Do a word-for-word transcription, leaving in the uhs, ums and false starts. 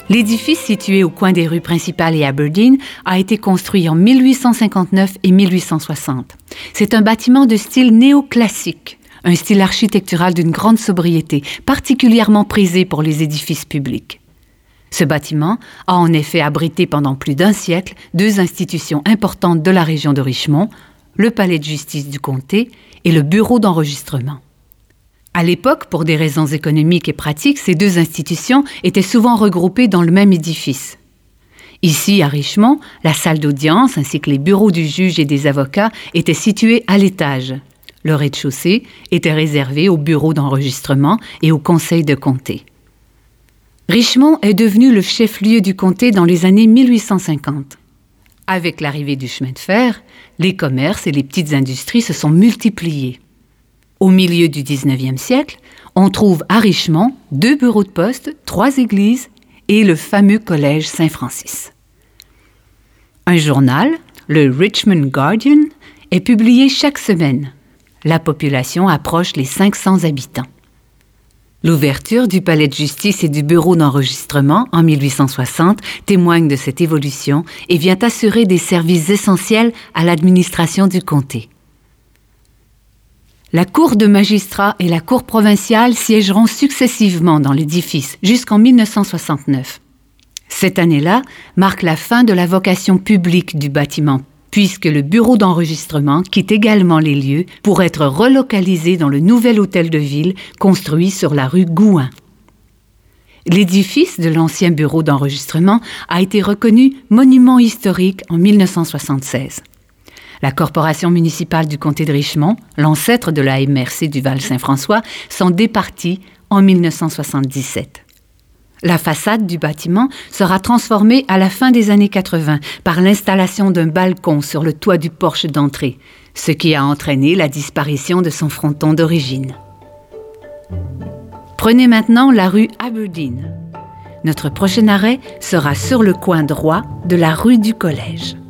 L'édifice situé au coin des rues principales et Aberdeen a été construit en mille huit cent cinquante-neuf et mille huit cent soixante. C'est un bâtiment de style néoclassique, un style architectural d'une grande sobriété, particulièrement prisé pour les édifices publics. Ce bâtiment a en effet abrité pendant plus d'un siècle deux institutions importantes de la région de Richmond, le palais de justice du comté et le bureau d'enregistrement. À l'époque, pour des raisons économiques et pratiques, ces deux institutions étaient souvent regroupées dans le même édifice. Ici, à Richmond, la salle d'audience ainsi que les bureaux du juge et des avocats étaient situés à l'étage. Le rez-de-chaussée était réservé au bureau d'enregistrement et au conseil de comté. Richmond est devenu le chef-lieu du comté dans les années mille huit cent cinquante. Avec l'arrivée du chemin de fer, les commerces et les petites industries se sont multipliés. Au milieu du dix-neuvième siècle, on trouve à Richmond deux bureaux de poste, trois églises et le fameux collège Saint-Francis. Un journal, le Richmond Guardian, est publié chaque semaine. La population approche les cinq cents habitants. L'ouverture du palais de justice et du bureau d'enregistrement en mille huit cent soixante témoigne de cette évolution et vient assurer des services essentiels à l'administration du comté. La cour de magistrats et la cour provinciale siégeront successivement dans l'édifice jusqu'en mille neuf cent soixante-neuf. Cette année-là marque la fin de la vocation publique du bâtiment, puisque le bureau d'enregistrement quitte également les lieux pour être relocalisé dans le nouvel hôtel de ville construit sur la rue Gouin. L'édifice de l'ancien bureau d'enregistrement a été reconnu monument historique en mille neuf cent soixante-seize. La corporation municipale du comté de Richmond, l'ancêtre de la M R C du Val-Saint-François, s'en départit en mille neuf cent soixante-dix-sept. La façade du bâtiment sera transformée à la fin des années quatre-vingts par l'installation d'un balcon sur le toit du porche d'entrée, ce qui a entraîné la disparition de son fronton d'origine. Prenez maintenant la rue Aberdeen. Notre prochain arrêt sera sur le coin droit de la rue du Collège.